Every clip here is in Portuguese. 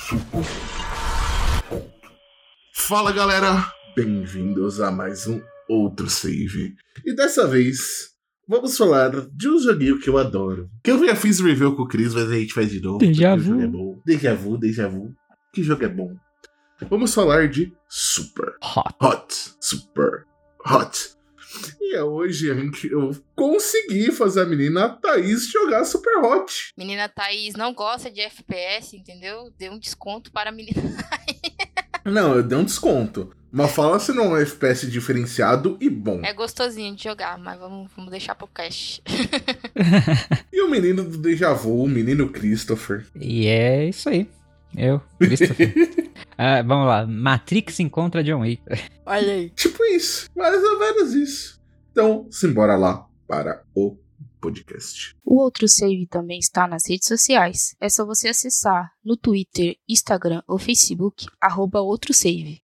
Fala galera, bem-vindos a mais um Outro Save. E dessa vez, vamos falar de um joguinho que eu adoro. Que eu já fiz review com o Chris, mas a gente faz de novo. Déjà porque o jogo vu. é bom. Déjà vu. Que jogo é bom. Vamos falar de Super Hot. Super Hot. E hoje eu consegui fazer a menina Thaís jogar Super Hot. Menina Thaís não gosta de FPS, entendeu? Deu um desconto para a menina. Não, eu dei um desconto. Mas fala se não é um FPS diferenciado e bom. É gostosinho de jogar, mas vamos deixar pro cast. E o menino do Déjà Vu, o menino Christopher. E é isso aí. Eu, Christopher. Vamos lá. Matrix encontra John Wick. Olha aí. Tipo isso, mais ou menos isso. Então, simbora lá para o podcast. O Outro Save também está nas redes sociais. É só você acessar no Twitter, Instagram ou Facebook, @OutroSave.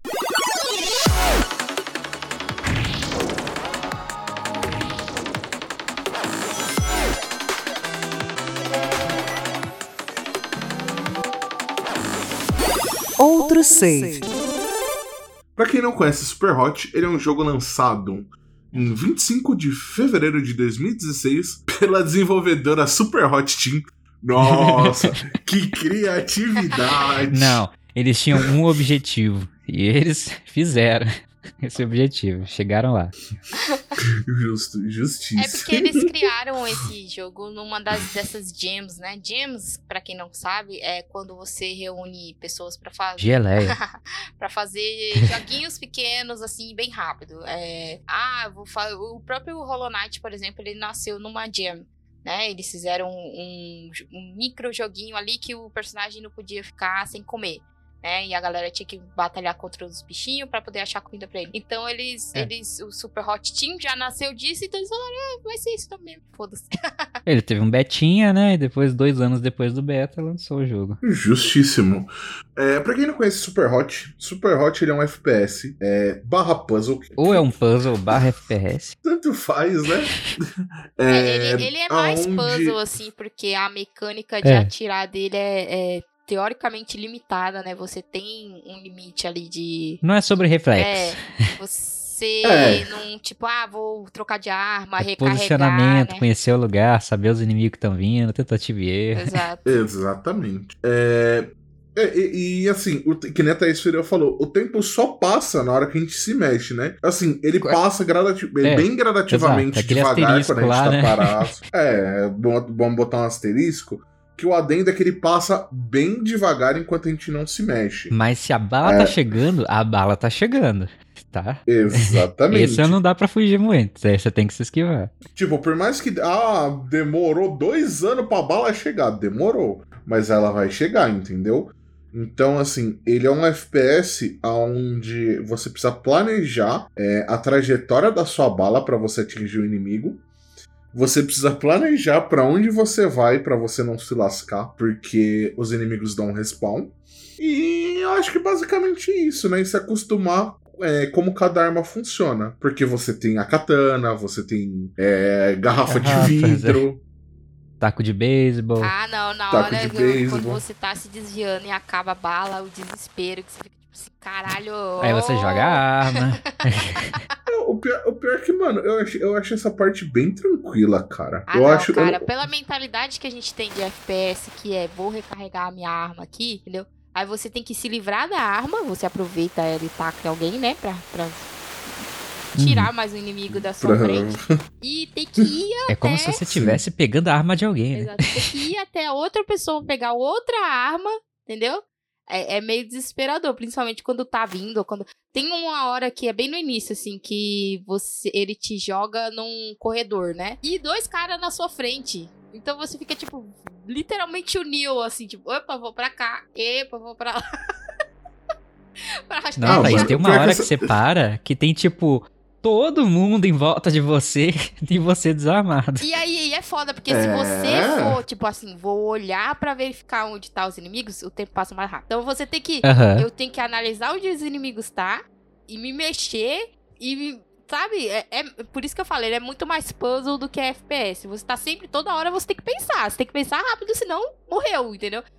Outro Save. Pra quem não conhece Super Hot, ele é um jogo lançado em 25 de fevereiro de 2016 pela desenvolvedora Super Hot Team. Nossa, que criatividade! Não, eles tinham um objetivo. E eles fizeram esse objetivo. Chegaram lá. Justiça. É porque eles criaram esse jogo numa dessas jams, né? Jams, pra quem não sabe, é quando você reúne pessoas pra fazer... Geleia. Pra fazer joguinhos pequenos, assim, bem rápido. O próprio Hollow Knight, por exemplo, ele nasceu numa jam, né? Eles fizeram um micro joguinho ali que o personagem não podia ficar sem comer, né? E a galera tinha que batalhar contra os bichinhos pra poder achar comida pra ele. Então o Super Hot Team já nasceu disso, então eles falaram, vai ser isso também, foda-se. Ele teve um betinha, né? E depois, 2 anos depois do beta, lançou o jogo. Justíssimo. Pra quem não conhece Super Hot ele é um FPS barra puzzle. Ou é um puzzle / FPS. Tanto faz, né? Ele é mais puzzle, assim, porque a mecânica de atirar dele é teoricamente limitada, né? Você tem um limite ali de... Não é sobre reflexo. Você não, tipo, vou trocar de arma, recarregar, Posicionamento, né? conhecer o lugar, saber os inimigos que estão vindo, tentativa e erro. Exato. Exatamente. E assim, que nem a Thaís Ferreira falou, o tempo só passa na hora que a gente se mexe, né? Assim, ele passa bem gradativamente, exato, devagar quando a gente lá, tá né? parado. Vamos botar um asterisco, que o adendo é que ele passa bem devagar enquanto a gente não se mexe. Mas se a bala tá chegando, a bala tá chegando, tá? Exatamente. Esse não dá pra fugir muito, aí você tem que se esquivar. Tipo, por mais que demorou 2 anos pra bala chegar, demorou, mas ela vai chegar, entendeu? Então, assim, ele é um FPS onde você precisa planejar a trajetória da sua bala pra você atingir o inimigo. Você precisa planejar pra onde você vai pra você não se lascar, porque os inimigos dão respawn. E eu acho que basicamente isso, né? E se acostumar como cada arma funciona. Porque você tem a katana, você tem garrafa de vidro. Taco de beisebol. Não, na Taco hora de beisebol. quando você tá se desviando e acaba a bala, o desespero, que você fica tipo assim, caralho. Aí você joga a arma. O pior é que, mano, eu acho essa parte bem tranquila, cara. Pela mentalidade que a gente tem de FPS, que vou recarregar a minha arma aqui, entendeu? Aí você tem que se livrar da arma, você aproveita ela e taca em alguém, né, pra tirar mais um inimigo da sua frente. E tem que ir até... É como se você estivesse pegando a arma de alguém, né? Exato, tem que ir até a outra pessoa pegar outra arma, entendeu? É meio desesperador, principalmente quando tá vindo, quando... Tem uma hora que é bem no início, assim, que ele te joga num corredor, né? E 2 caras na sua frente. Então você fica, tipo, literalmente o Neo, assim, tipo, opa, vou pra cá, epa, vou pra lá. Não, mas tem uma hora que você para, que tem, tipo... todo mundo em volta de você e você desarmado. E aí é foda, porque se você for, tipo assim, vou olhar pra verificar onde tá os inimigos, o tempo passa mais rápido. Então você tem que... Eu tenho que analisar onde os inimigos tá e me mexer e... Sabe? Por isso que eu falei, ele é muito mais puzzle do que FPS. Você tá sempre, toda hora, você tem que pensar. Você tem que pensar rápido, senão morreu, entendeu?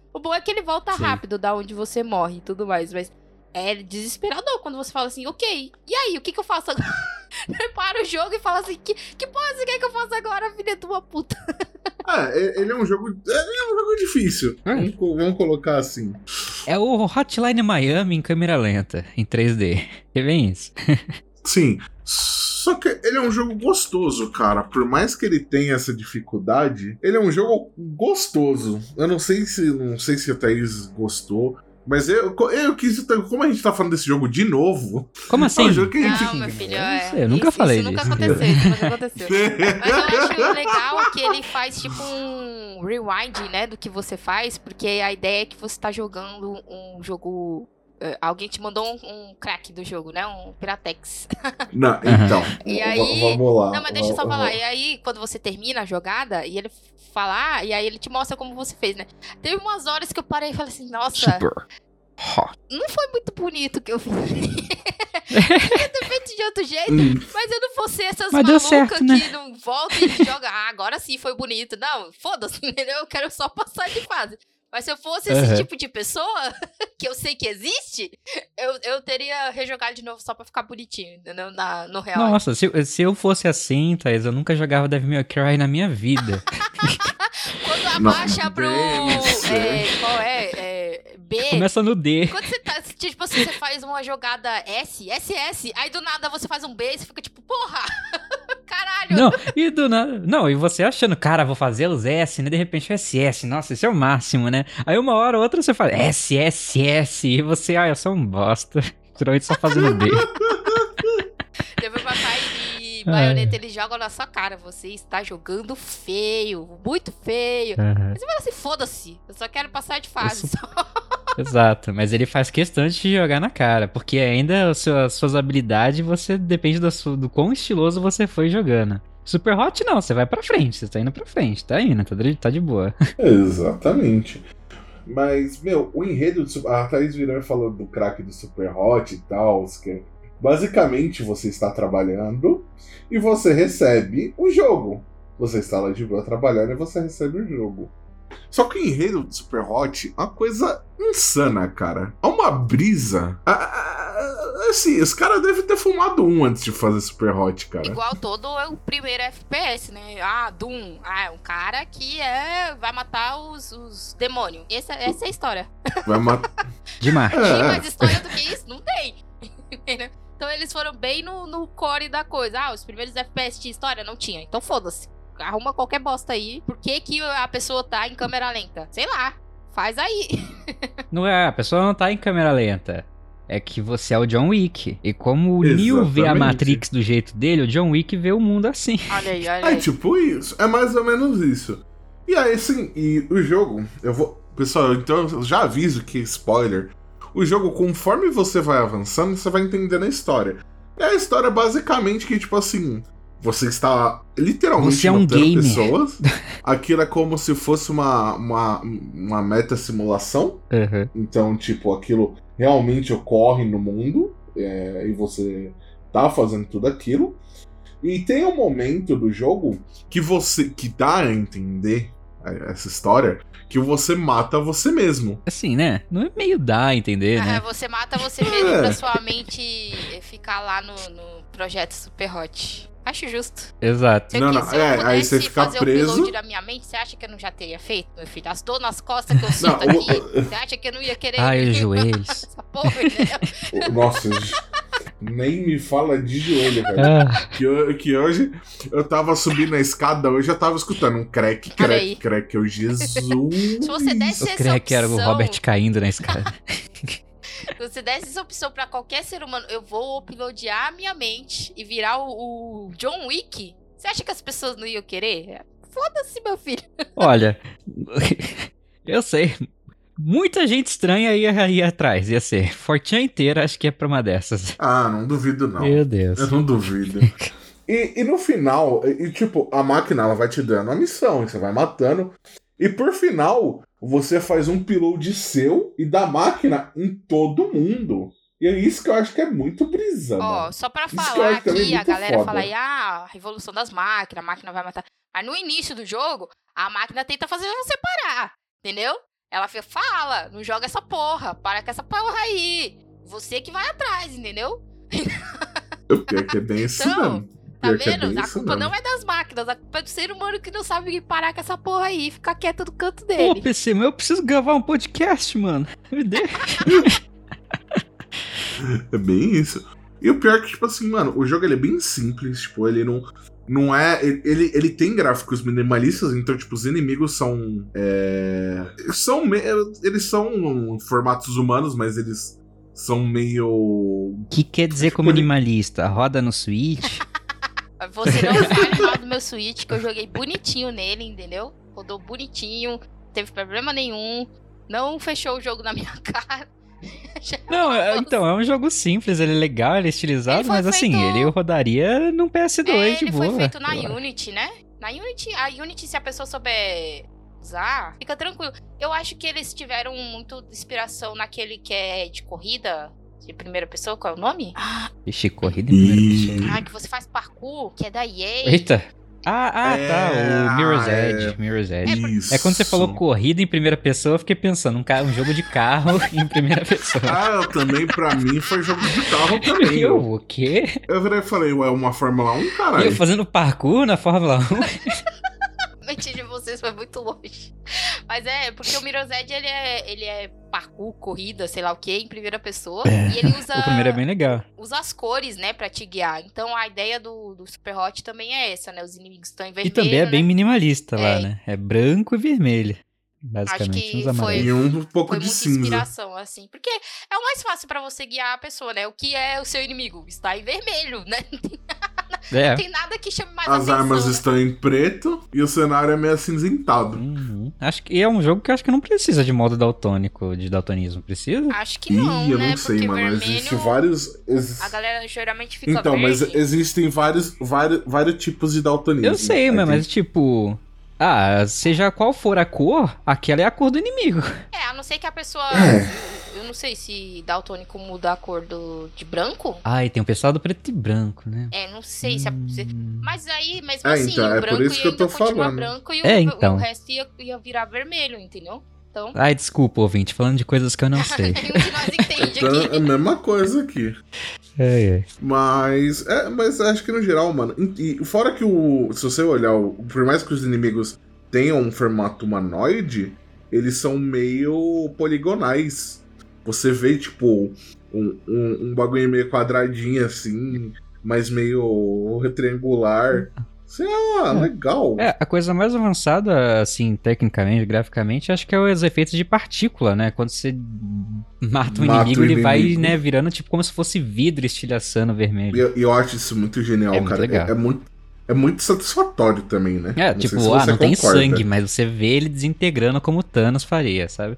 O bom é que ele volta Sim. rápido da onde você morre e tudo mais, mas é desesperador quando você fala assim, ok, e aí, o que eu faço agora? Para o jogo e fala assim, que porra você quer que eu faça agora, filha de uma puta? Ele é um jogo difícil. Vamos colocar assim. É o Hotline Miami em câmera lenta, em 3D. É bem isso. Sim. Só que ele é um jogo gostoso, cara. Por mais que ele tenha essa dificuldade, ele é um jogo gostoso. Eu não sei se a Thaís gostou. Mas eu quis. Como a gente tá falando desse jogo de novo. Como assim? É um jogo que a gente. Não, meu filho, Eu nunca falei isso disso. Nunca aconteceu, isso nunca aconteceu. Mas eu acho legal que ele faz tipo um rewind, né, do que você faz, porque a ideia é que você tá jogando um jogo... Alguém te mandou um crack do jogo, né? Um Piratex. Não, então. E aí... Vamos lá. Não, mas deixa eu só falar. E aí, quando você termina a jogada, e ele falar, e aí ele te mostra como você fez, né? Teve umas horas que eu parei e falei assim, nossa... Super hot. Não foi muito bonito o que eu fiz. Podia ter feito de outro jeito, mas eu não vou ser essas Mas deu malucas certo, né? que não voltam e jogam. Ah, agora sim foi bonito. Não, foda-se, entendeu? Eu quero só passar de fase. Mas se eu fosse esse tipo de pessoa, que eu sei que existe, eu teria rejogado de novo só pra ficar bonitinho, entendeu? No real. Nossa, se eu fosse assim, Thaís, eu nunca jogava Devil May Cry na minha vida. Quando abaixa pro... qual é? B. Começa no D. Quando você tá, tipo assim, você faz uma jogada S, aí do nada você faz um B e você fica tipo, porra! Caralho! Não, e do nada. Não, e você achando, cara, vou fazer os S, né? De repente o SS, nossa, esse é o máximo, né? Aí uma hora ou outra você fala SSS, e você, eu sou um bosta. Geralmente só fazendo B. Devil May Cry e Bayonetta, eles jogam na sua cara. Você está jogando feio, muito feio. Mas você fala assim, foda-se, eu só quero passar de fase. Exato, mas ele faz questão de te jogar na cara, porque ainda as suas habilidades, você depende do quão estiloso você foi jogando. Super Hot não, você vai pra frente, você tá indo pra frente, tá indo, tá de boa. Exatamente. Mas, meu, o enredo a Thaís virou e falou do crack do Super Hot e tal, que basicamente você está trabalhando e você recebe o jogo. Você está lá de boa trabalhando e você recebe o jogo. Só que o enredo do Super Hot é uma coisa insana, cara. É uma brisa. Assim, os caras devem ter fumado antes de fazer Super Hot, cara. Igual todo o primeiro FPS, né? Doom. É um cara que vai matar os demônios. Essa é a história. Vai matar. Demais. Tem mais história do que isso? Não tem. Então eles foram bem no core da coisa. Os primeiros FPS tinha história? Não tinha. Então foda-se. Arruma qualquer bosta aí. Por que a pessoa tá em câmera lenta? Sei lá. Faz aí. Não é, a pessoa não tá em câmera lenta. É que você é o John Wick. E como o Neo vê a Matrix do jeito dele, o John Wick vê o mundo assim. Olha aí. É tipo isso. É mais ou menos isso. E aí, assim, o jogo... Pessoal, então eu já aviso que, spoiler... O jogo, conforme você vai avançando, você vai entendendo a história. E a história é basicamente que, tipo assim... Você está literalmente você é um matando gamer. pessoas. Aquilo é como se fosse uma meta-simulação. Uhum. Então, tipo, aquilo realmente ocorre no mundo. E você tá fazendo tudo aquilo. E tem um momento do jogo que dá a entender essa história, que você mata você mesmo. Assim, né? Não é meio dá a entender, né? Você mata você mesmo pra sua mente ficar lá no projeto Super Hot. Acho justo. Exato. Se eu aí você fica fazer preso. o upload da minha mente, você acha que eu não já teria feito, meu filho? As dores nas costas que eu sinto aqui, você acha que eu não ia querer... Ai, os joelhos. Essa porra, entendeu? Nossa, nem me fala de joelho, velho. Que hoje eu tava subindo a escada, hoje eu tava escutando um crack. Eu, Jesus. Se você desse O essa crack opção... era o Robert caindo na escada. Se você desse essa opção pra qualquer ser humano, eu vou uploadear a minha mente e virar o John Wick, você acha que as pessoas não iam querer? Foda-se, meu filho. Olha, eu sei. Muita gente estranha ia ir atrás, ia ser. Fortinha inteira, acho que é pra uma dessas. Ah, não duvido não. Meu Deus. Eu não duvido. E no final, tipo, a máquina ela vai te dando a missão, e você vai matando. E por final, você faz um upload seu e da máquina em todo mundo. E é isso que eu acho que é muito brisa, mano. Só pra Isso falar aqui, a galera foda. fala aí, a revolução das máquinas, a máquina vai matar. Mas no início do jogo, a máquina tenta fazer você parar, entendeu? Ela fala, não joga essa porra, para com essa porra aí. Você que vai atrás, entendeu? O pior que é bem isso Então, mesmo. tá Pior que é vendo? bem A isso culpa mesmo. não é das máquinas, a culpa é do ser humano que não sabe parar com essa porra aí e ficar quieto no canto Pô, dele. PC, mas eu preciso gravar um podcast, mano. Me deixa. É bem isso. E o pior é que, tipo assim, mano, o jogo ele é bem simples, tipo, ele não é. Ele tem gráficos minimalistas, então, tipo, os inimigos são. Eles são formatos humanos, mas eles são meio. O que quer dizer com Tipo, ele- minimalista? Roda no Switch? Você não fale mal do meu Switch, que eu joguei bonitinho nele, entendeu? Rodou bonitinho, não teve problema nenhum, não fechou o jogo na minha cara. Não, então, é um jogo simples, ele é legal, ele é estilizado, Ele foi mas assim, feito- ele rodaria num PS2 de Ele boa. foi feito na eu acho. Unity, né? Na Unity, a Unity, se a pessoa souber usar, fica tranquilo. Eu acho que eles tiveram muito inspiração naquele que é de corrida, de primeira pessoa, qual é o nome? Ixi, corrida em primeira Ih. pessoa. Ah, que você faz parkour, que é da EA. Eita! Tá, o Mirror's é. Edge, Mirror's Edge. Isso. É quando você falou corrida em primeira pessoa, eu fiquei pensando, um jogo de carro em primeira pessoa. Ah, também, pra mim, foi jogo de carro também. Eu, o quê? Eu virei e falei, ué, uma Fórmula 1, caralho? Eu fazendo parkour na Fórmula 1? A mente de vocês foi muito longe. Mas porque o Mirror's Edge, ele é parkour, corrida, sei lá o que, em primeira pessoa. E ele usa, O primeiro é bem legal. usa as cores, né, pra te guiar. Então a ideia do Super Hot também é essa, né? Os inimigos estão em E vermelho, também é bem né? minimalista lá, É. né? É branco e vermelho. Acho Basicamente, que uns foi- amarelos. E um pouco Foi de muita cinza. inspiração, assim. Porque é o mais fácil pra você guiar a pessoa, né? O que é o seu inimigo? Está em vermelho, né? É. Não tem nada que chame mais As atenção. armas né? estão em preto e o cenário é meio acinzentado. Uhum. Acho que é um jogo que eu acho que não precisa de modo daltônico, de daltonismo. Precisa? Acho que não, Ih, eu né? não sei, Porque mano. vermelho, Existem vários. a galera geralmente fica Então, mas verde. existem vários tipos de daltonismo. Eu sei, Aí mas tipo... Ah, seja qual for a cor, aquela é a cor do inimigo. A não ser que a pessoa... Eu não sei se daltônico muda a cor de branco. Ah, e tem o pessoal do preto e branco, né? Não sei se... Mas aí, mesmo É, assim, então, o é branco por isso ia que eu tô ainda continuar falando. branco e então. o resto ia virar vermelho, entendeu? Então, Ai, desculpa, ouvinte, falando de coisas que eu não sei. nenhum de nós entende Então, é a aqui. mesma coisa aqui. É. Mas acho que no geral, mano. E fora que se você olhar, por mais que os inimigos tenham um formato humanoide, eles são meio poligonais. Você vê, tipo, um bagulho meio quadradinho assim, mas meio retriangular. Sei lá, legal. A coisa mais avançada, assim, tecnicamente, graficamente, acho que é os efeitos de partícula, né? Quando você mata um inimigo, ele vai, né, virando tipo como se fosse vidro estilhaçando vermelho. E eu acho isso muito genial, É muito cara. legal. É muito satisfatório também, né? Não Tipo, sei se você não tem concorda. sangue, mas você vê ele desintegrando como o Thanos faria, sabe?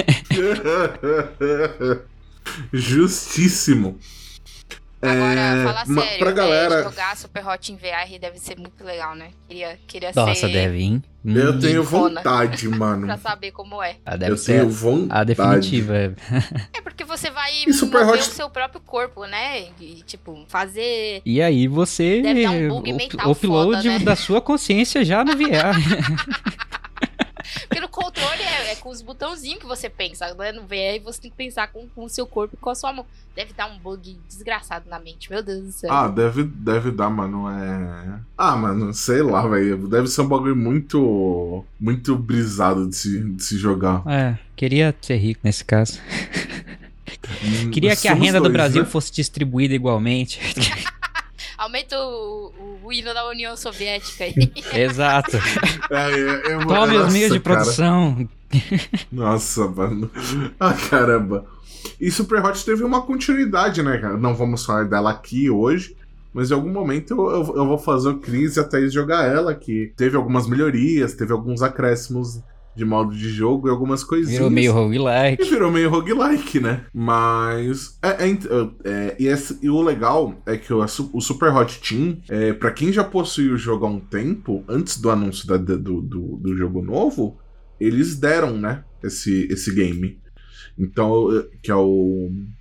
Justíssimo. Agora, fala sério, pra galera, jogar Super Hot em VR deve ser muito legal, né? Queria Nossa, ser deve, hein? eu tenho Icona. vontade, mano. pra saber como é. Deve Eu ser tenho vontade. a definitiva. É porque você vai E Super mover Hot- o seu próprio corpo, né? E, tipo, fazer... E aí você Deve dar um bug mental upload foda, né? da sua consciência já no VR. Porque no controle é com os botãozinhos que você pensa, né? No VR você tem que pensar com o seu corpo e com a sua mão. Deve dar um bug desgraçado na mente, meu Deus do céu. Deve dar, mano. Mano, sei lá, velho. Deve ser um bagulho muito brisado de se jogar. Queria ser rico nesse caso. Queria que a Somos renda do dois, Brasil né? fosse distribuída igualmente. Aumenta o hino da União Soviética aí. Exato. Tome Nossa, os meios de cara. produção. Nossa, mano. Ah, caramba. E Super Hot teve uma continuidade, né, cara? Não vamos falar dela aqui hoje, mas em algum momento eu vou fazer o Cris e a Thaís jogar ela, que teve algumas melhorias, teve alguns acréscimos de modo de jogo e algumas coisinhas. Virou meio E roguelike. virou meio roguelike, né? Mas. E o legal é que o Super Hot Team, pra quem já possui o jogo há um tempo, antes do anúncio do jogo novo, eles deram, né? Esse game. Então, que é o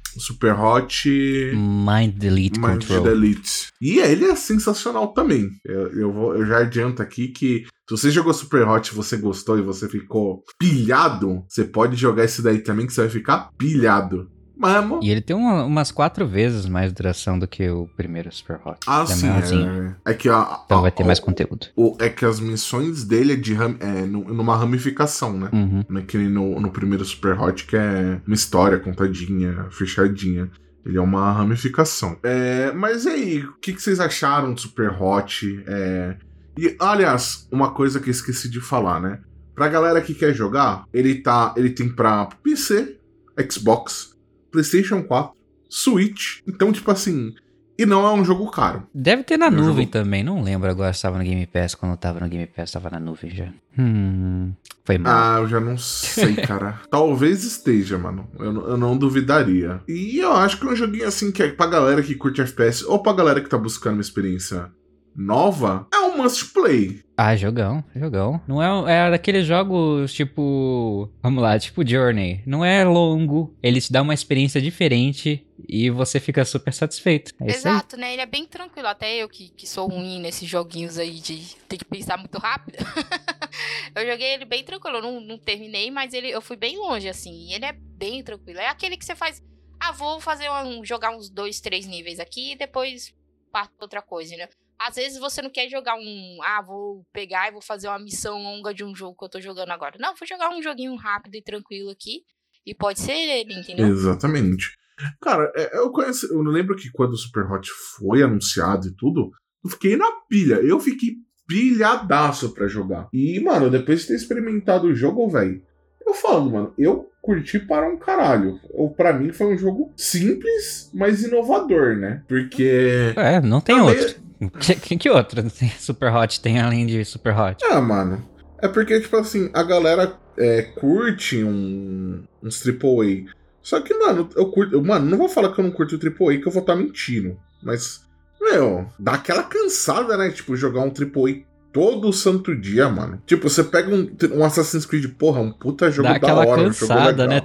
Super Hot Mind Delete Mind Control. Delete. E ele é sensacional também. Eu já adianto aqui que se você jogou Super Hot, você gostou e você ficou pilhado, você pode jogar esse daí também que você vai ficar pilhado. Mamo. E ele tem umas 4 vezes mais duração do que o primeiro Super Hot. Ah, É sim. maiorzinho. É que Então vai ter mais conteúdo. É que as missões dele é numa ramificação, né? Uhum. Não é que nem no primeiro Super Hot, que é uma história contadinha, fechadinha. Ele é uma ramificação. Mas e aí, o que vocês acharam do Super Hot? E, aliás, uma coisa que eu esqueci de falar, né? Pra galera que quer jogar, ele tem pra PC, Xbox, PlayStation 4, Switch. Então, tipo assim... E não é um jogo caro. Deve ter na É um nuvem jogo- também. Não lembro agora se tava no Game Pass. Quando eu tava no Game Pass, tava na nuvem já. Foi mal. Ah, eu já não sei, cara. Talvez esteja, mano. Eu não duvidaria. E eu acho que é um joguinho assim que é pra galera que curte FPS ou pra galera que tá buscando uma experiência nova, é um must play. Ah, jogão. Não é daqueles jogos tipo... Vamos lá, tipo Journey. Não é longo. Ele te dá uma experiência diferente e você fica super satisfeito. É isso aí. Exato, né? Ele é bem tranquilo. Até eu que sou ruim nesses joguinhos aí de ter que pensar muito rápido. Eu joguei ele bem tranquilo. Eu não terminei, mas eu fui bem longe, assim. E ele é bem tranquilo. É aquele que você faz... Ah, vou fazer jogar uns 2, 3 níveis aqui e depois parto pra outra coisa, né? Às vezes você não quer jogar vou pegar e vou fazer uma missão longa de um jogo que eu tô jogando agora. Não, vou jogar um joguinho rápido e tranquilo aqui. E pode ser ele, entendeu? Exatamente. Cara, eu lembro que quando o Super Hot foi anunciado e tudo, eu fiquei na pilha. Eu fiquei pilhadaço pra jogar. E, mano, depois de ter experimentado o jogo, velho, eu falo, mano, eu curti para um caralho. Pra mim foi um jogo simples, mas inovador, né? Porque... Não tem também- outro. Que outro Super Hot tem além de Super Hot? Ah, mano. É porque, tipo assim, a galera curte uns AAA. Só que, mano, eu curto. Mano, não vou falar que eu não curto o AAA, que eu vou estar mentindo. Mas, meu, dá aquela cansada, né? Tipo, jogar um AAA todo santo dia, mano. Tipo, você pega um Assassin's Creed, porra, um puta jogo Dá da aquela hora, um jogo cansada, legal. né?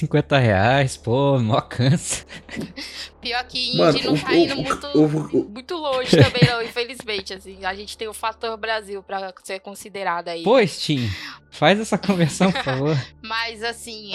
R$350, pô, mó cansa. Pior que indie Mano, não tá indo muito longe também, não, infelizmente, assim. A gente tem o fator Brasil pra ser considerado aí. Pô, Steam, faz essa conversão, por favor. Mas, assim,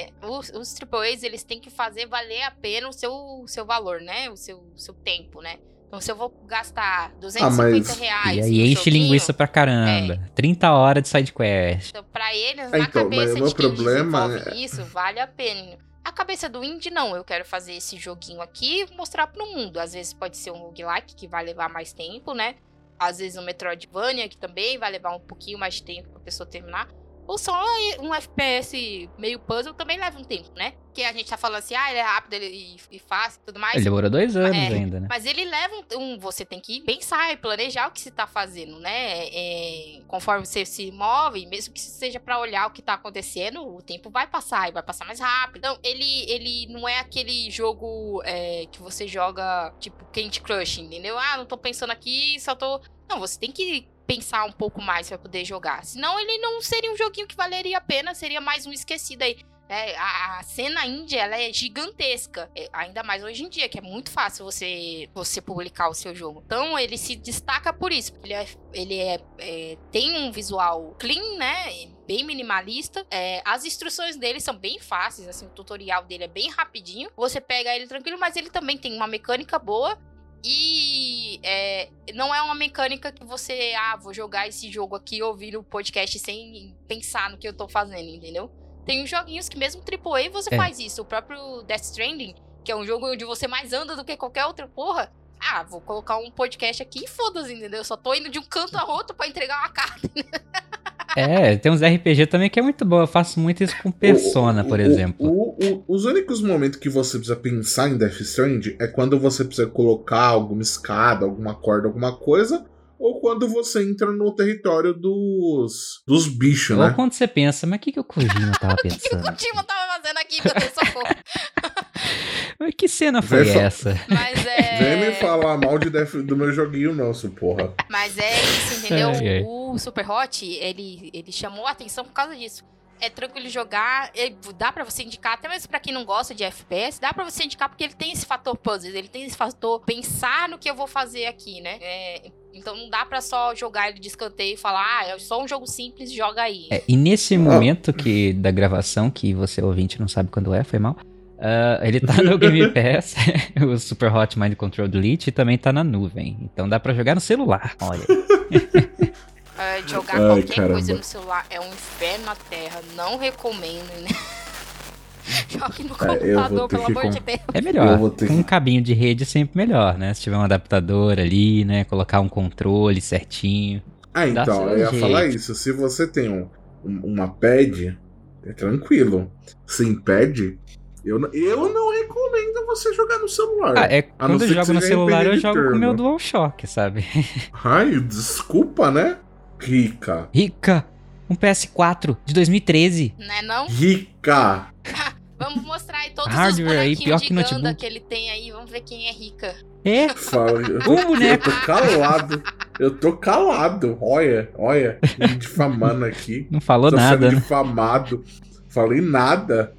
os AAAs, eles têm que fazer valer a pena o seu valor, né? O seu tempo, né? Então, se eu vou gastar R$250 E em aí um enche joguinho, linguiça pra caramba. 30 horas de sidequest. então, pra eles, É, na então, cabeça mas o de meu quem problema desenvolve isso, vale a pena. A cabeça do indie, não. Eu quero fazer esse joguinho aqui e mostrar pro mundo. Às vezes pode ser um roguelike, que vai levar mais tempo, né? Às vezes um Metroidvania, que também vai levar um pouquinho mais de tempo pra pessoa terminar. Ou só um FPS meio puzzle também leva um tempo, né? Que a gente tá falando assim, ele é rápido e fácil e tudo mais. Ele demorou 2 anos ainda, né? Mas ele leva você tem que pensar e planejar o que você tá fazendo, né? Conforme você se move, mesmo que seja pra olhar o que tá acontecendo, o tempo vai passar e vai passar mais rápido. Então, ele não é aquele jogo que você joga, tipo, Candy Crush, entendeu? Não tô pensando aqui, só tô... Não, você tem que pensar um pouco mais pra poder jogar. Senão ele não seria um joguinho que valeria a pena, seria mais um esquecido aí. A cena indie, ela é gigantesca. Ainda mais hoje em dia, que é muito fácil você publicar o seu jogo. Então, ele se destaca por isso. Ele tem um visual clean, né? Bem minimalista. As instruções dele são bem fáceis, assim, o tutorial dele é bem rapidinho. Você pega ele tranquilo, mas ele também tem uma mecânica boa. E não é uma mecânica que você, vou jogar esse jogo aqui ouvindo o podcast sem pensar no que eu tô fazendo, entendeu? Tem uns joguinhos que mesmo AAA você faz isso. O próprio Death Stranding, que é um jogo onde você mais anda do que qualquer outra porra. Vou colocar um podcast aqui e foda-se, entendeu? Eu só tô indo de um canto a outro pra entregar uma carta. Tem uns RPG também que é muito bom. Eu faço muito isso com Persona, por exemplo. Os únicos momentos que você precisa pensar em Death Stranding é quando você precisa colocar alguma escada, alguma corda, alguma coisa, ou quando você entra no território dos bichos, né? Ou quando você pensa, mas o que o Kojima tava O que o pensando? Kojima tava fazendo aqui, meu Deus, socorro. Mas que cena foi essa? Mas Vem me falar mal do meu joguinho, nosso, porra. Mas é isso, entendeu? Ai. O Super Hot, ele chamou a atenção por causa disso. é tranquilo jogar, dá pra você indicar, até mesmo pra quem não gosta de FPS, dá pra você indicar porque ele tem esse fator puzzles, ele tem esse fator pensar no que eu vou fazer aqui, né? Então não dá pra só jogar ele de escanteio e falar, é só um jogo simples, joga aí. E nesse momento da gravação, que você ouvinte não sabe quando foi mal, ele tá no Game Pass, o Super Hot Mind Control Delete, e também tá na nuvem. Então dá pra jogar no celular, olha. Jogar qualquer coisa no celular é um inferno na terra, não recomendo, né? Jogue no computador, pelo amor de Deus. É melhor, com um cabinho de rede é sempre melhor, né? Se tiver um adaptador ali, né? Colocar um controle certinho. Então, eu ia falar isso. Se você tem uma pad, é tranquilo. Sem pad, eu não recomendo você jogar no celular. Quando eu jogo no celular, eu jogo com o meu DualShock, sabe? Ai, desculpa, né? Rica. Um PS4 de 2013. Né não? Rica. Vamos mostrar aí todos Hardware os aí, bonequinhos pior de que Ganda notebook. que ele tem aí. Vamos ver quem é rica. Boneco. Eu tô calado. Eu tô calado. Olha, me difamando aqui. Não falou tô nada, sendo né? difamado. Falei nada.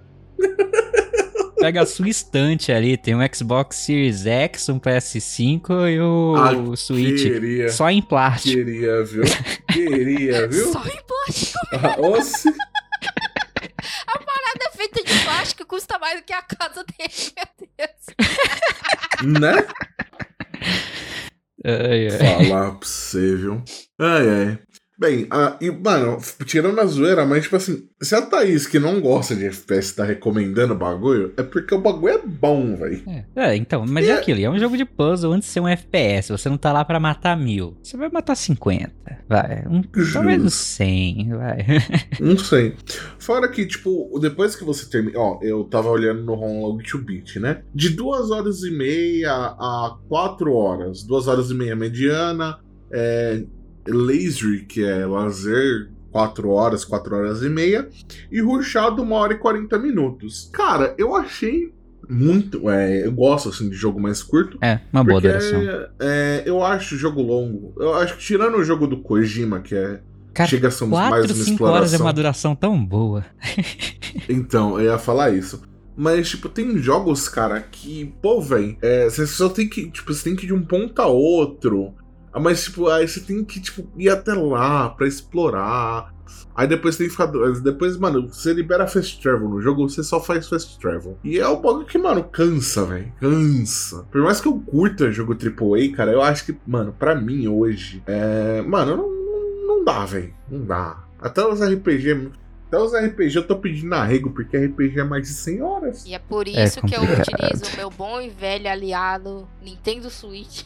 Pega a sua estante ali, tem um Xbox Series X, um PS5 e o Switch. Queria. Só em plástico. Queria, viu? Só em plástico. A parada é feita de plástico, custa mais do que a casa dele, meu Deus. Né? Ai. Falar pra você, viu? Ai. Bem, mano, tirando a zoeira, mas tipo assim, se a Thaís que não gosta de FPS tá recomendando o bagulho, é porque o bagulho é bom, velho. Então, mas é aquilo, é um jogo de puzzle antes de ser um FPS, você não tá lá pra matar 1000, você vai matar 50, vai, talvez uns 100, vai. Não sei. Fora que, tipo, depois que você termina, eu tava olhando no Homolog 2-bit, né? De 2h30 a 4 horas, 2h30 mediana, Laser, que é lazer, 4 horas e meia, e rushado 1h40 minutos. Cara, eu achei muito... eu gosto, assim, de jogo mais curto. Uma boa duração. Eu acho jogo longo. Eu acho que tirando o jogo do Kojima, que Cara, chega a ser mais uma 5 exploração. horas é uma duração tão boa. Então, eu ia falar isso. Mas, tipo, tem jogos, cara, que, pô, velho, você só tem que, tipo, você tem que ir de um ponto a outro. Mas, tipo, aí você tem que, tipo, ir até lá pra explorar. Aí depois tem que ficar... Depois, mano, você libera Fast Travel no jogo, você só faz Fast Travel. E é um bagulho que, mano, cansa, velho. Cansa. Por mais que eu curta jogo AAA, cara, eu acho que, mano, pra mim hoje... Mano, não dá, velho. Não dá. Até os RPG eu tô pedindo arrego, porque RPG é mais de 100 horas. E é por isso que eu utilizo o meu bom e velho aliado Nintendo Switch.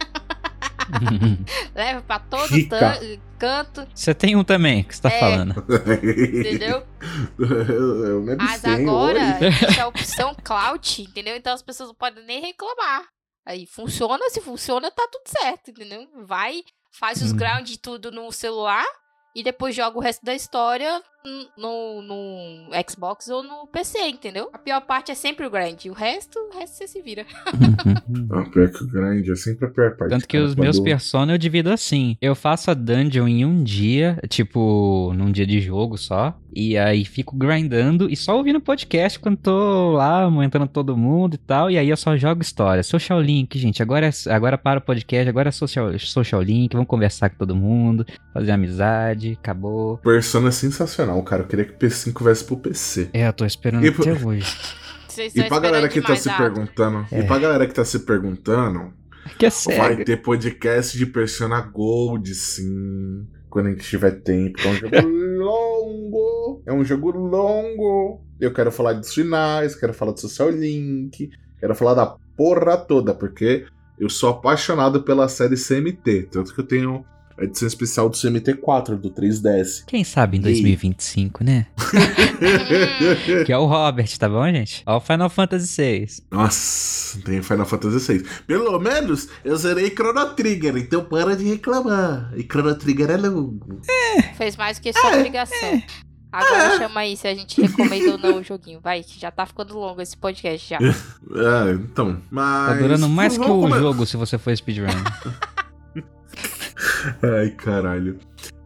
Leva pra todo canto. Você tem um também, que você tá falando. Entendeu? Mas agora existe a opção cloud, entendeu? Então as pessoas não podem nem reclamar. Aí funciona, se funciona, tá tudo certo, entendeu? Vai, faz os ground e tudo no celular e depois joga o resto da história no Xbox ou no PC, entendeu? A pior parte é sempre o grind, o resto você se vira. Pior que o grind é sempre a pior parte. Tanto que os meus Persona eu divido assim. Eu faço a dungeon em um dia, tipo, num dia de jogo só. E aí fico grindando e só ouvindo podcast quando tô lá, aumentando todo mundo e tal. E aí eu só jogo história. Social Link, gente. Agora para o podcast, agora é social Link. Vamos conversar com todo mundo, fazer amizade, acabou. Persona é sensacional, cara. Eu queria que o P5 viesse pro PC. Eu tô esperando até hoje. E pra galera que tá se perguntando, que é sério. Vai ter podcast de Persona Gold, sim. Quando a gente tiver tempo. É um jogo longo. É um jogo longo. Eu quero falar dos finais, quero falar do Social Link, quero falar da porra toda, porque eu sou apaixonado pela série CMT. Tanto que eu tenho a edição especial do CMT4, do 3DS. Quem sabe em 2025, né? Que é o Robert, tá bom, gente? Ó o Final Fantasy VI. Nossa, tem Final Fantasy VI. Pelo menos eu zerei Chrono Trigger, então para de reclamar. E Chrono Trigger é longo. Fez mais do que sua obrigação. Agora chama aí se a gente recomenda ou não o joguinho. Vai, que já tá ficando longo esse podcast já. Então, mas... Tá durando mais que o jogo se você for speedrun. Ai, caralho.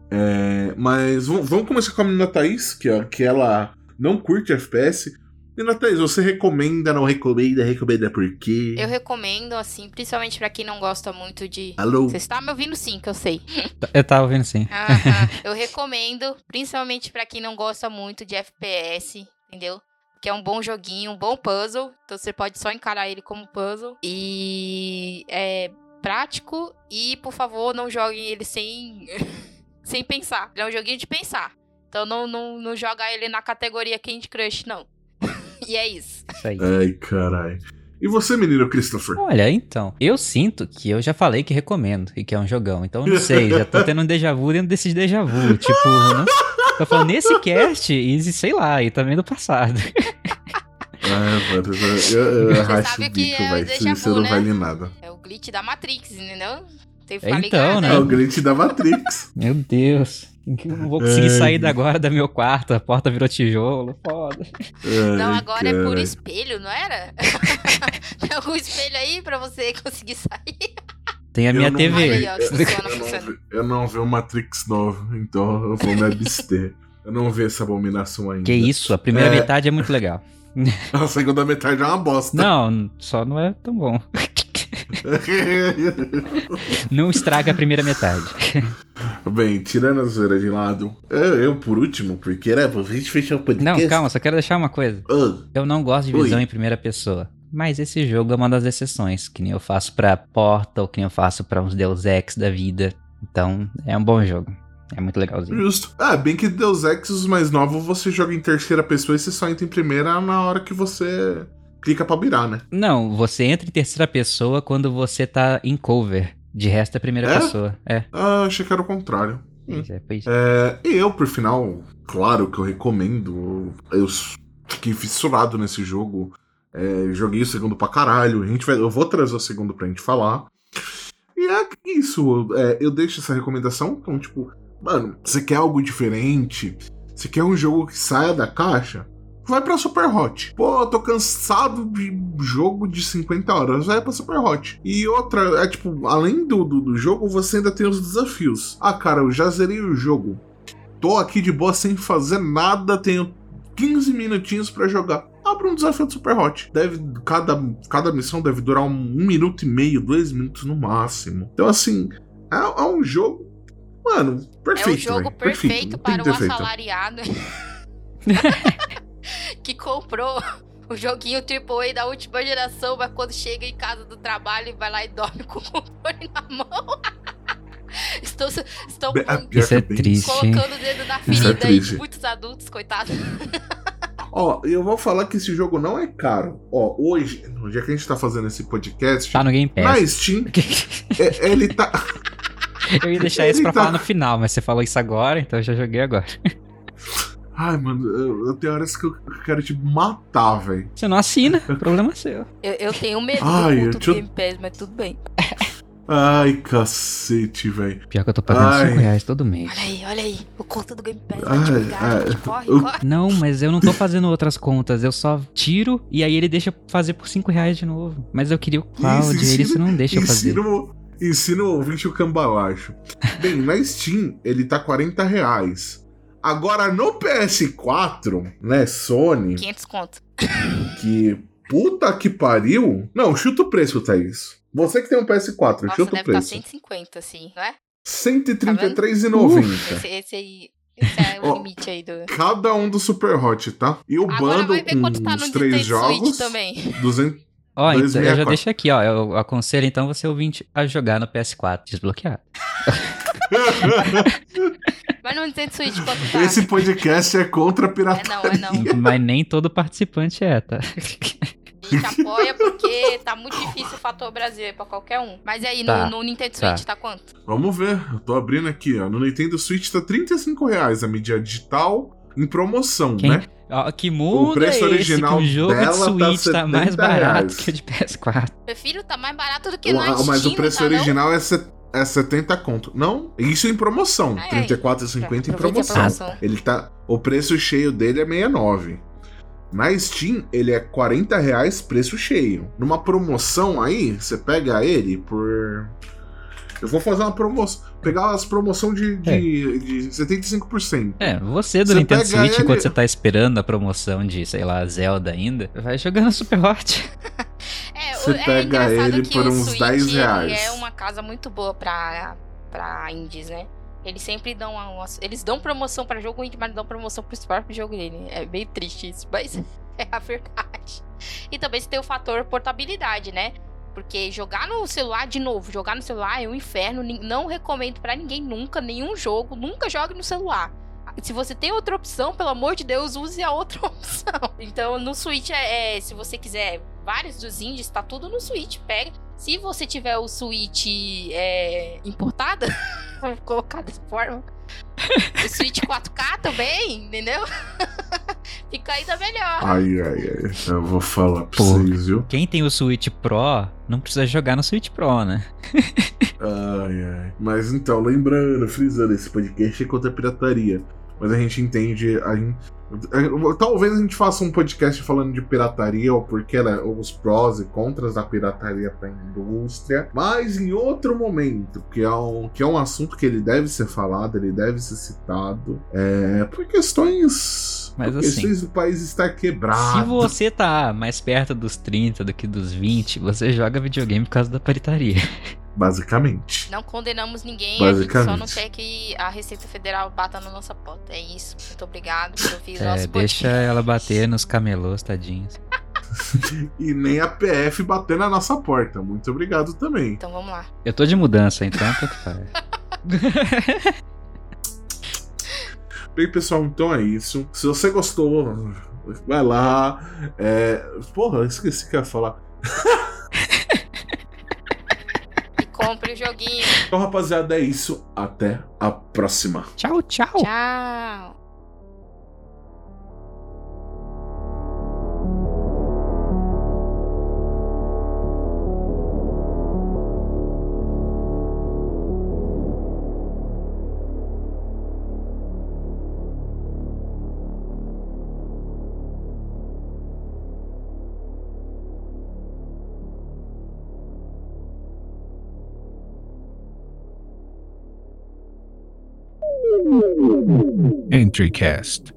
Mas vamos começar com a menina Thaís, que ela não curte FPS. Menina Thaís, você recomenda, não recomenda, recomenda por quê? Eu recomendo, assim, principalmente pra quem não gosta muito de... Alô? Você está me ouvindo sim, que eu sei. Eu tava ouvindo sim. Eu recomendo, principalmente pra quem não gosta muito de FPS, entendeu? Que é um bom joguinho, um bom puzzle. Então você pode só encarar ele como puzzle. E é prático. E, por favor, não joguem ele sem pensar. Ele é um joguinho de pensar. Então não joga ele na categoria Candy Crush, não. E é isso. Isso aí. Ai, caralho. E você, menino Christopher? Olha, então, eu sinto que eu já falei que recomendo e que é um jogão. Então, não sei, já tô tendo um déjà vu dentro desses déjà vu. Tipo, não, tô falando nesse cast e sei lá, e também do passado. Mano, eu racho sabe o que bico, é o velho. déjà Isso vu, não né? vale nada. É o glitch da Matrix, entendeu? Tem que ficar Então, ligado, né? É o glitch da Matrix. Meu Deus. Eu não vou conseguir sair agora do meu quarto, a porta virou tijolo, foda. Não, agora é por espelho, não era? Tem algum espelho aí pra você conseguir sair? Tem a minha TV. Olha aí, ó, funciona. Eu não vi o Matrix novo, então eu vou me abster. Eu não vi essa abominação ainda. Que isso, a primeira metade é muito legal. A segunda metade é uma bosta. Não, só não é tão bom. Não estraga a primeira metade. Bem, tirando a zoeira de lado, eu por último, porque era pra gente fechar o podcast. Não, calma, só quero deixar uma coisa. Eu não gosto de visão Oi. em primeira pessoa. Mas esse jogo é uma das exceções, que nem eu faço pra Portal, que nem eu faço pra uns Deus Ex da vida. Então, é um bom jogo. É muito legalzinho. Justo. Bem que Deus Ex, os mais novos, você joga em terceira pessoa e você só entra em primeira na hora que você clica pra virar, né? Não, você entra em terceira pessoa quando você tá em cover. De resto é primeira pessoa. Achei que era o contrário. Pois. E eu, por final, claro que eu recomendo. Eu fiquei fissurado nesse jogo. Joguei o segundo pra caralho. Eu vou trazer o segundo pra gente falar. E é isso. Eu deixo essa recomendação. Então, tipo, mano, você quer algo diferente? Você quer um jogo que saia da caixa? Vai pra Super Hot. Pô, eu tô cansado de jogo de 50 horas. Vai pra Super Hot. E outra, tipo, além do jogo, você ainda tem os desafios. Cara, eu já zerei o jogo. Tô aqui de boa sem fazer nada. Tenho 15 minutinhos pra jogar. Abre um desafio de Super Hot. Cada missão deve durar 1 minuto e meio, 2 minutos no máximo. Então, assim, é um jogo, mano, perfeito. É um jogo perfeito para um assalariado que comprou o joguinho AAA da última geração, mas quando chega em casa do trabalho, vai lá e dorme com o controle na mão. Estão Isso é triste. Colocando o dedo na ferida aí de muitos adultos, coitados. Eu vou falar que esse jogo não é caro. Hoje, no dia que a gente tá fazendo esse podcast, tá no Game Pass. Na Steam, ele tá... Eu ia deixar isso pra falar no final, mas você falou isso agora, então eu já joguei agora. Ai, mano, eu tenho horas que eu quero te matar, velho. Você não assina, o problema é seu. Eu tenho medo do Game Pass, mas tudo bem. Ai, cacete, velho. Pior que eu tô pagando R$5 todo mês. Olha aí, o conta do Game Pass vai te ligar, corre. Não, mas eu não tô fazendo outras contas, eu só tiro e aí ele deixa fazer por R$5 de novo. Mas eu queria o Cloud e ele não deixa eu fazer. Ensina o ouvinte o cambalacho. Bem, na Steam ele tá R$40. Agora no PS4, né, Sony... 500 conto. Que puta que pariu... Não, chuta o preço, Thaís. Você que tem um PS4, Nossa, chuta o deve preço. Tá 150, assim, não é? R$133,90. Esse é o limite aí do... Cada um do Super Hot, tá? E o Agora bundle vai ver quanto tá com os no 3 Nintendo jogos... Switch também. 200... Ó, então eu já deixo aqui, ó. Eu aconselho então você ouvinte a jogar no PS4 desbloqueado. Mas no Nintendo Switch quanto tá? Esse podcast é contra a pirataria. É não. Mas nem todo participante tá? A gente apoia porque tá muito difícil o fator Brasil aí pra qualquer um. Mas aí, no Nintendo Switch tá quanto? Vamos ver, eu tô abrindo aqui, ó. No Nintendo Switch tá R$35 a mídia digital em promoção, né? Que mundo o preço original que o jogo de Switch tá mais barato que o de PS4? Prefiro, tá mais barato do que na Steam, mas o preço original não? é 70 conto. Não, isso em promoção. R$34,50 em promoção. Ele tá, o preço cheio dele é 69. Na Steam, ele é R$40 preço cheio. Numa promoção aí, você pega ele por Eu vou fazer uma promoção, pegar as promoções de 75%. Você do Você Nintendo pega Switch, ele- enquanto você tá esperando a promoção de, sei lá, Zelda ainda, vai jogando Super Hot. Você pega engraçado ele que por o uns Switch, R$10. ele é uma casa muito boa pra indies, né? Eles sempre dão eles dão promoção pra jogo indie, mas não dão promoção pros próprios jogos dele. É bem triste isso, mas é a verdade. E também você tem o fator portabilidade, né? Porque jogar no celular, de novo, jogar no celular é um inferno. Não recomendo pra ninguém nunca, nenhum jogo, nunca jogue no celular. Se você tem outra opção, pelo amor de Deus, use a outra opção. Então, no Switch, se você quiser vários dos indies, tá tudo no Switch. Pega. Se você tiver o Switch importado, vamos colocar dessa forma. O Switch 4K também, entendeu? Fica ainda melhor. Ai. Eu vou falar pra Pô. vocês, viu? Quem tem o Switch Pro não precisa jogar no Switch Pro, né? Ai. Mas então, lembrando, frisando, esse podcast é contra a pirataria. Mas a gente entende. Talvez a gente faça um podcast falando de pirataria, ou porque os prós e contras da pirataria para a indústria, mas em outro momento, que é um assunto que ele deve ser falado, ele deve ser citado, por questões. Mas por assim, questões do país estar quebrado. Se você tá mais perto dos 30 do que dos 20, você joga videogame por causa da pirataria. Basicamente. Não condenamos ninguém, a gente só Basicamente. não quer que a Receita Federal bata na nossa porta. É isso. Muito obrigado por ouvir o nosso Deixa podcast. ela bater nos camelôs, tadinhos. E nem a PF bater na nossa porta. Muito obrigado também. Então vamos lá. Eu tô de mudança, então tanto faz. Bem, pessoal, então é isso. Se você gostou, vai lá. Porra, eu esqueci o que eu ia falar. E compre o joguinho. Então, rapaziada, é isso. Até a próxima. Tchau, tchau. Tchau. EntryCast.